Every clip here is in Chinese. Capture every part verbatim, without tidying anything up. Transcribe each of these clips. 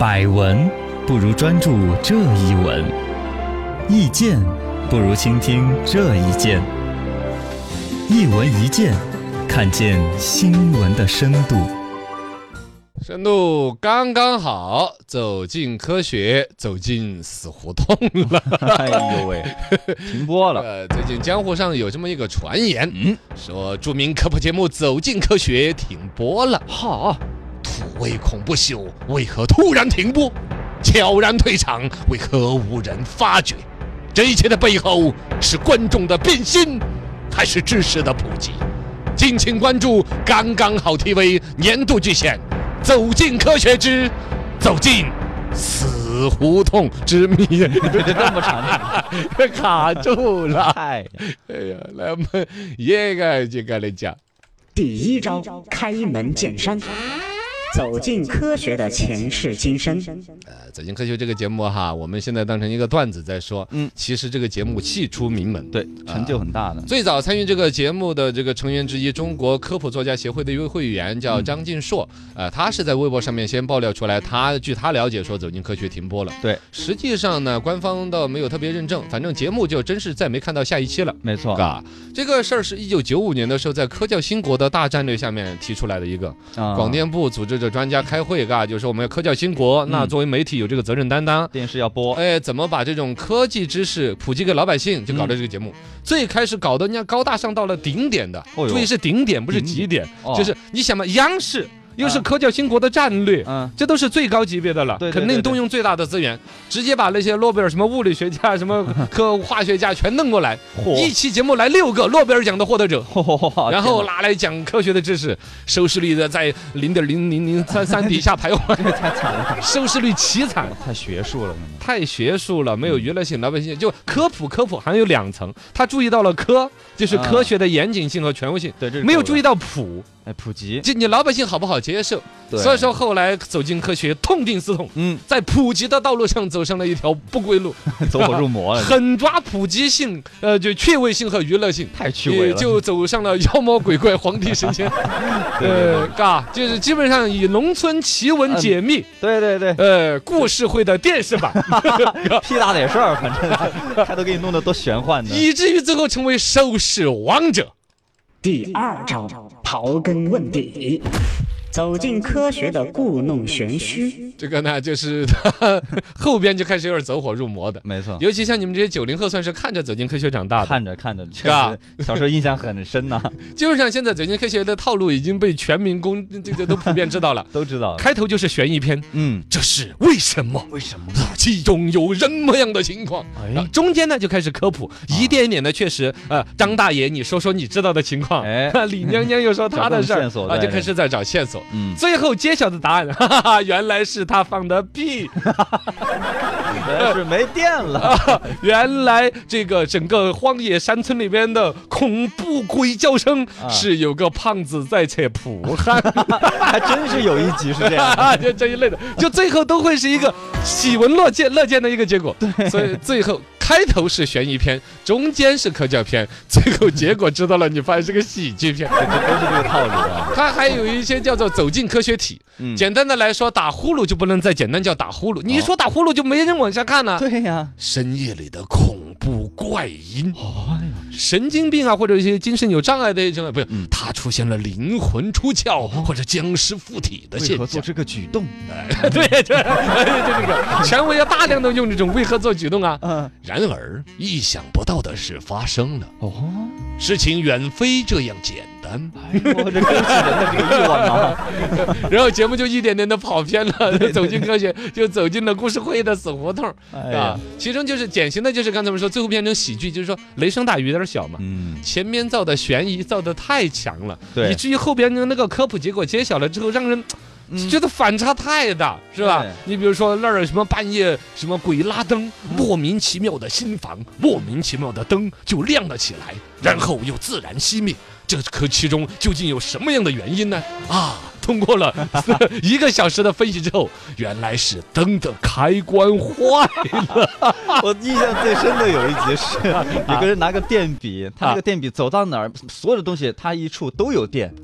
百闻不如专注这一闻，意见不如倾听这一见。一闻一见，看见新闻的深度。 深度刚刚好，走进科学，走进死胡同了。 哎呦喂，停播了。 呃，最近江湖上有这么一个传言，嗯，说著名科普节目《走进科学》停播了。 好， 土味恐怖秀为何突然停播？悄然退场，为何无人发觉？这一切的背后是观众的变心，还是知识的普及？敬请关注刚刚好 T V 年度巨献。走进科学之走进死胡同之谜， 这么长， 卡住了。 哎， 哎呀，来我们一个一个来讲。 第一招，开门见山。走进科学的前世今生。 呃，走进科学这个节目哈，我们现在当成一个段子在说。嗯，其实这个节目系出名门， 对，成就很大的。呃、 最早参与这个节目的这个成员之一，中国科普作家协会的一位会员叫张晋硕。嗯、呃，他是在微博上面先爆料出来，他据他了解说，走进科学停播了。 对， 实际上呢，官方倒没有特别认证，反正节目就真是再没看到下一期了。 没错， 啊，这个事儿是一九九五年的时候，在科教兴国的大战略下面提出来的一个，啊、广电部组织着专家开会，嘎，就是说我们要科教兴国，那作为媒体有这个责任担当， 电视要播， 哎，怎么把这种科技知识普及给老百姓，就搞了这个节目。嗯、最开始搞得人家高大上到了顶点的，哦、注意是顶点，不是极点，哦、就是你想嘛，央视。又是科教兴国的战略，嗯，这都是最高级别的了， 对对对对， 肯定动用最大的资源，直接把那些诺贝尔什么物理学家、什么科化学家全弄过来，一期节目来六个诺贝尔奖的获得者，然后拿来讲科学的知识，收视率的在零点零零零三三底下徘徊， 太惨了， 收视率凄惨， 太学术了， 太学术了，没有娱乐性，老百姓就科普科普还有两层，他注意到了科，就是科学的严谨性和权威性， 对， 没有注意到普。 哎，普及， 就你老百姓好不好接受？所以说后来走进科学，痛定思痛，嗯，在普及的道路上走上了一条不归路， 走火入魔了， 狠抓普及性，呃，就趣味性和娱乐性， 太趣味了， 就走上了妖魔鬼怪、皇帝神仙，呃，嘎，就是基本上以农村奇闻解密，嗯、 对对对， 呃，故事会的电视版， 屁大点事儿，反正他都给你弄得多玄幻的， 以至于最后成为收视王者。 第二招，刨根问底。走进科学的故弄玄虚， 这个呢，就是他后边就开始有点走火入魔的， 没错。 尤其像你们这些九零后，算是看着走进科学长大的， 看着看着，确实小时候印象很深呐、啊。 基本上现在走进科学的套路已经被全民公这个都普遍知道了， 都知道了。 开头就是悬疑片，嗯，这是为什么？ 为什么？ 其中有什么样的情况？哎、中间呢就开始科普，一点一点的，确实，呃，张大爷，你说说你知道的情况，哎，李娘娘又说她的事儿，啊，就开始在找线索。嗯，最后揭晓的答案，哈哈，原来是他放的屁， 原来是没电了、啊。 原来这个整个荒野山村里边的恐怖鬼叫声，啊、是有个胖子在扯蒲汗， 还真是有一集是这样， 就这一类的，就最后都会是一个喜闻乐见乐见的一个结果。对，所以最后。开头是悬疑片，中间是科教片，最后结果知道了，你发现是个喜剧片， 这都是这个套路啊。 它还有一些叫做走进科学体，嗯、简单的来说，打呼噜就不能再简单叫打呼噜，你一说打呼噜就没人往下看了、啊。 对呀、啊， 深夜里的恐怖怪音，哦、神经病啊，或者一些精神有障碍的这种，不是，嗯、他出现了灵魂出窍、哦、或者僵尸附体的现象。 为何做这个举动？ 对对对，就这个权威要大量的用这种为何做举动啊。嗯。然而，意想不到的事发生了。哦，事情远非这样简单。 哎呦，这勾起人的这个欲望啊！ 然后节目就一点点的跑偏了，走进科学，就走进了故事会的死胡同、哎、啊。其中就是典型的就是刚才我们说，最后变成喜剧，就是说雷声大雨点小嘛。嗯。前面造的悬疑造的太强了，对，以至于后边的那个科普结果揭晓了之后，让人。觉得反差太大，是吧？你比如说那儿什么半夜什么鬼拉灯，莫名其妙的新房，莫名其妙的灯就亮了起来，然后又自然熄灭，这可其中究竟有什么样的原因呢？啊！通过了一个小时的分析之后，原来是灯的开关坏了。 我印象最深的有一集是有个人拿个电笔，他那个电笔走到哪儿，所有的东西他一处都有电啊。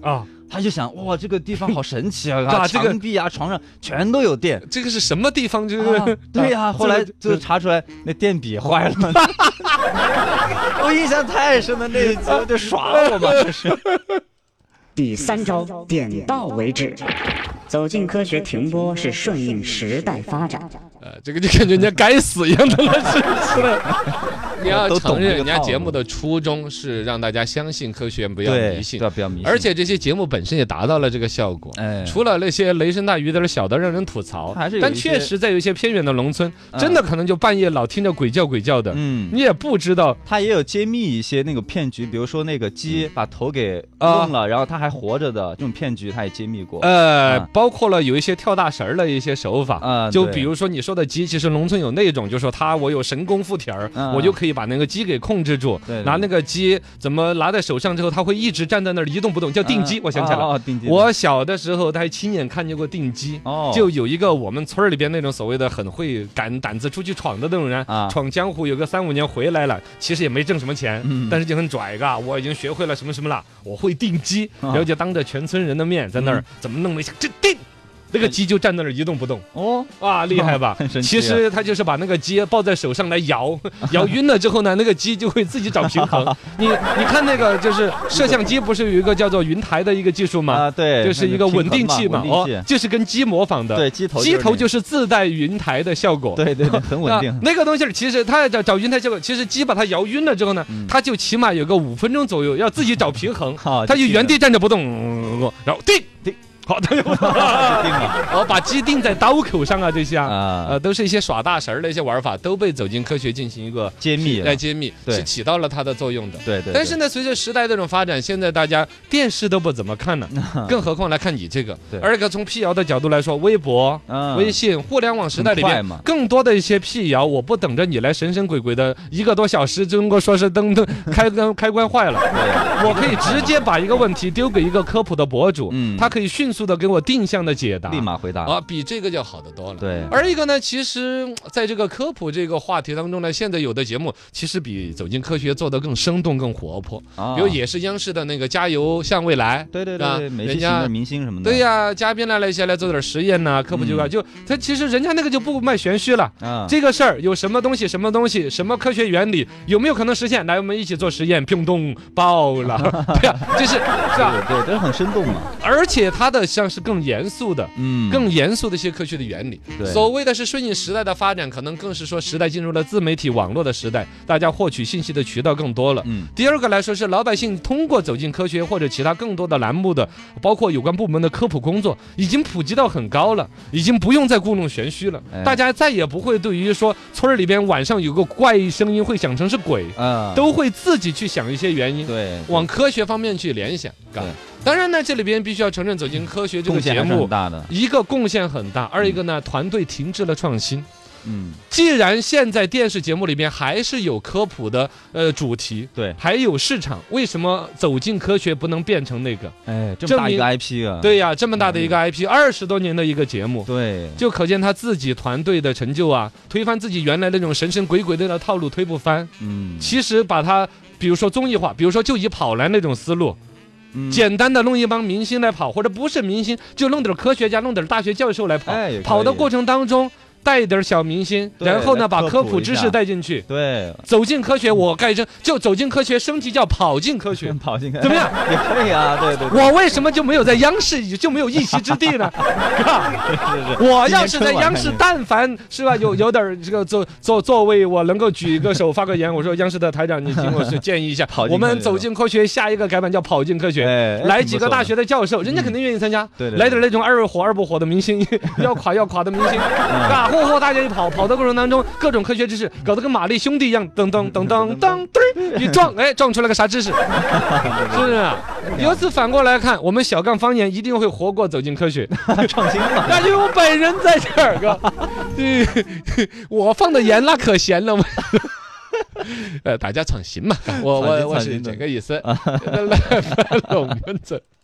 他就想哇，这个地方好神奇啊，啊墙壁啊、床上全都有电， 这个是什么地方？就是、 啊、对呀、啊，后来就查出来那电笔坏了。我印象太深了，那一集就耍我嘛，这是。 第三招，点到为止。走进科学停播是顺应时代发展。 呃，这个就感觉人家该死一样的了，是不是？你要承认人家节目的初衷是让大家相信科学，不要迷信， 对，不要迷信。 而且这些节目本身也达到了这个效果。哎，除了那些雷声大雨点小的让人吐槽，但确实在有一些偏远的农村，真的可能就半夜老听着鬼叫鬼叫的，嗯，你也不知道。 他也有揭秘一些那个骗局，比如说那个鸡把头给弄了，然后它还活着的这种骗局，他也揭秘过。 呃，包括了有一些跳大神的一些手法，啊，就比如说你说的鸡，其实农村有那种，就是说他我有神功附体儿，我就可以把那个鸡给控制住，拿那个鸡怎么拿在手上之后，它会一直站在那儿一动不动，叫定鸡。我想起来了，我小的时候他还亲眼看见过定鸡，就有一个我们村里边那种所谓的很会敢胆子出去闯的那种人，闯江湖有个三五年回来了，其实也没挣什么钱，但是就很拽嘎，我已经学会了什么什么了，我会定鸡，然后就当着全村人的面在那儿怎么弄了一下，这定。那个鸡就站在那儿一动不动哦，哇，厉害吧？ 哦、 其实他就是把那个鸡抱在手上来摇，摇晕了之后呢，那个鸡就会自己找平衡。你你看那个就是摄像机，不是有一个叫做云台的一个技术吗？ 啊，对， 就是一个稳定器嘛，哦，就是跟鸡模仿的。 对，鸡头鸡头就是自带云台的效果。 对对对，很稳定。 那个东西其实它找找云台效果，其实鸡把它摇晕了之后呢，嗯、它就起码有个五分钟左右要自己找平衡，它就原地站着不动，然后定定。好的，我把鸡定在刀口上啊，这些啊，呃，都是一些耍大神的一些玩法，都被走进科学进行一个揭秘来揭秘，是起到了它的作用的。 对对。 但是呢，随着时代这种发展，现在大家电视都不怎么看了，更何况来看你这个。而且从辟谣的角度来说，微博、微信、互联网时代里面，更多的一些辟谣，我不等着你来神神鬼鬼的一个多小时，中国说是灯灯开关开关坏了，我可以直接把一个问题丢给一个科普的博主，他可以迅速。速的给我定向的解答， 立马回答啊，比这个就好得多了。 对， 而一个呢，其实在这个科普这个话题当中呢，现在有的节目其实比走进科学做得更生动、更活泼。啊，比如也是央视的那个《加油向未来》， 对对对，美食型的明星什么的。 对呀，嘉宾来了一些来做点实验呐，科普就啊，就他其实人家那个就不卖玄虚了啊。这个事儿有什么东西、什么东西、什么科学原理，有没有可能实现？来，我们一起做实验，砰咚爆了，对呀，就是是吧？ 对，这很生动嘛。 而且它的像是更严肃的，嗯，更严肃的一些科学的原理。所谓的是顺应时代的发展，可能更是说时代进入了自媒体网络的时代，大家获取信息的渠道更多了。嗯，第二个来说是老百姓通过走进科学或者其他更多的栏目的，包括有关部门的科普工作，已经普及到很高了，已经不用再故弄玄虚了。哎、大家再也不会对于说村里边晚上有个怪异声音会想成是鬼，啊、嗯，都会自己去想一些原因，对，往科学方面去联想。对。当然呢，这里边必须要承认，走进科学这个节目，一个贡献很大，二一个呢，团队停滞了创新。嗯，既然现在电视节目里边还是有科普的呃主题，对，还有市场，为什么走进科学不能变成那个？ 哎，这么大一个 I P 啊！ 对呀，这么大的一个 I P， 二十多年的一个节目， 对， 就可见他自己团队的成就啊，推翻自己原来那种神神鬼鬼的套路推不翻。嗯，其实把它，比如说综艺化，比如说就以跑男那种思路。嗯、简单的弄一帮明星来跑，或者不是明星，就弄点科学家、弄点大学教授来跑。哎、跑的过程当中带一点小明星，然后呢把科普知识带进去。 对， 走进科学，我改成就走进科学，升级叫跑进科学。 跑进科学怎么样？ 也可以啊，对 对, 对。 我为什么就没有在央视就没有一席之地呢？是是是。我要是在央视，但凡是吧，有有点这个座座座位，我能够举个手发个言，我说央视的台长，你请我是建议一下，我们走进科学下一个改版叫跑进科学，哎、来几个大学的教授，人家肯定愿意参加。对对对，来点那种二火二不火的明星，要垮要垮的明星，啊。嚯嚯，大家一跑，跑的过程当中，各种科学知识搞得跟玛丽兄弟一样，噔噔噔噔噔噔，一撞，哎，撞出来个啥知识？是不是啊？由此反过来看，我们小杠方言一定会活过走进科学， 创新嘛。 那就我本人在这儿个，对，我放的盐那可咸了嘛。呃，大家创新嘛，我我我是这个意思。来，我们这。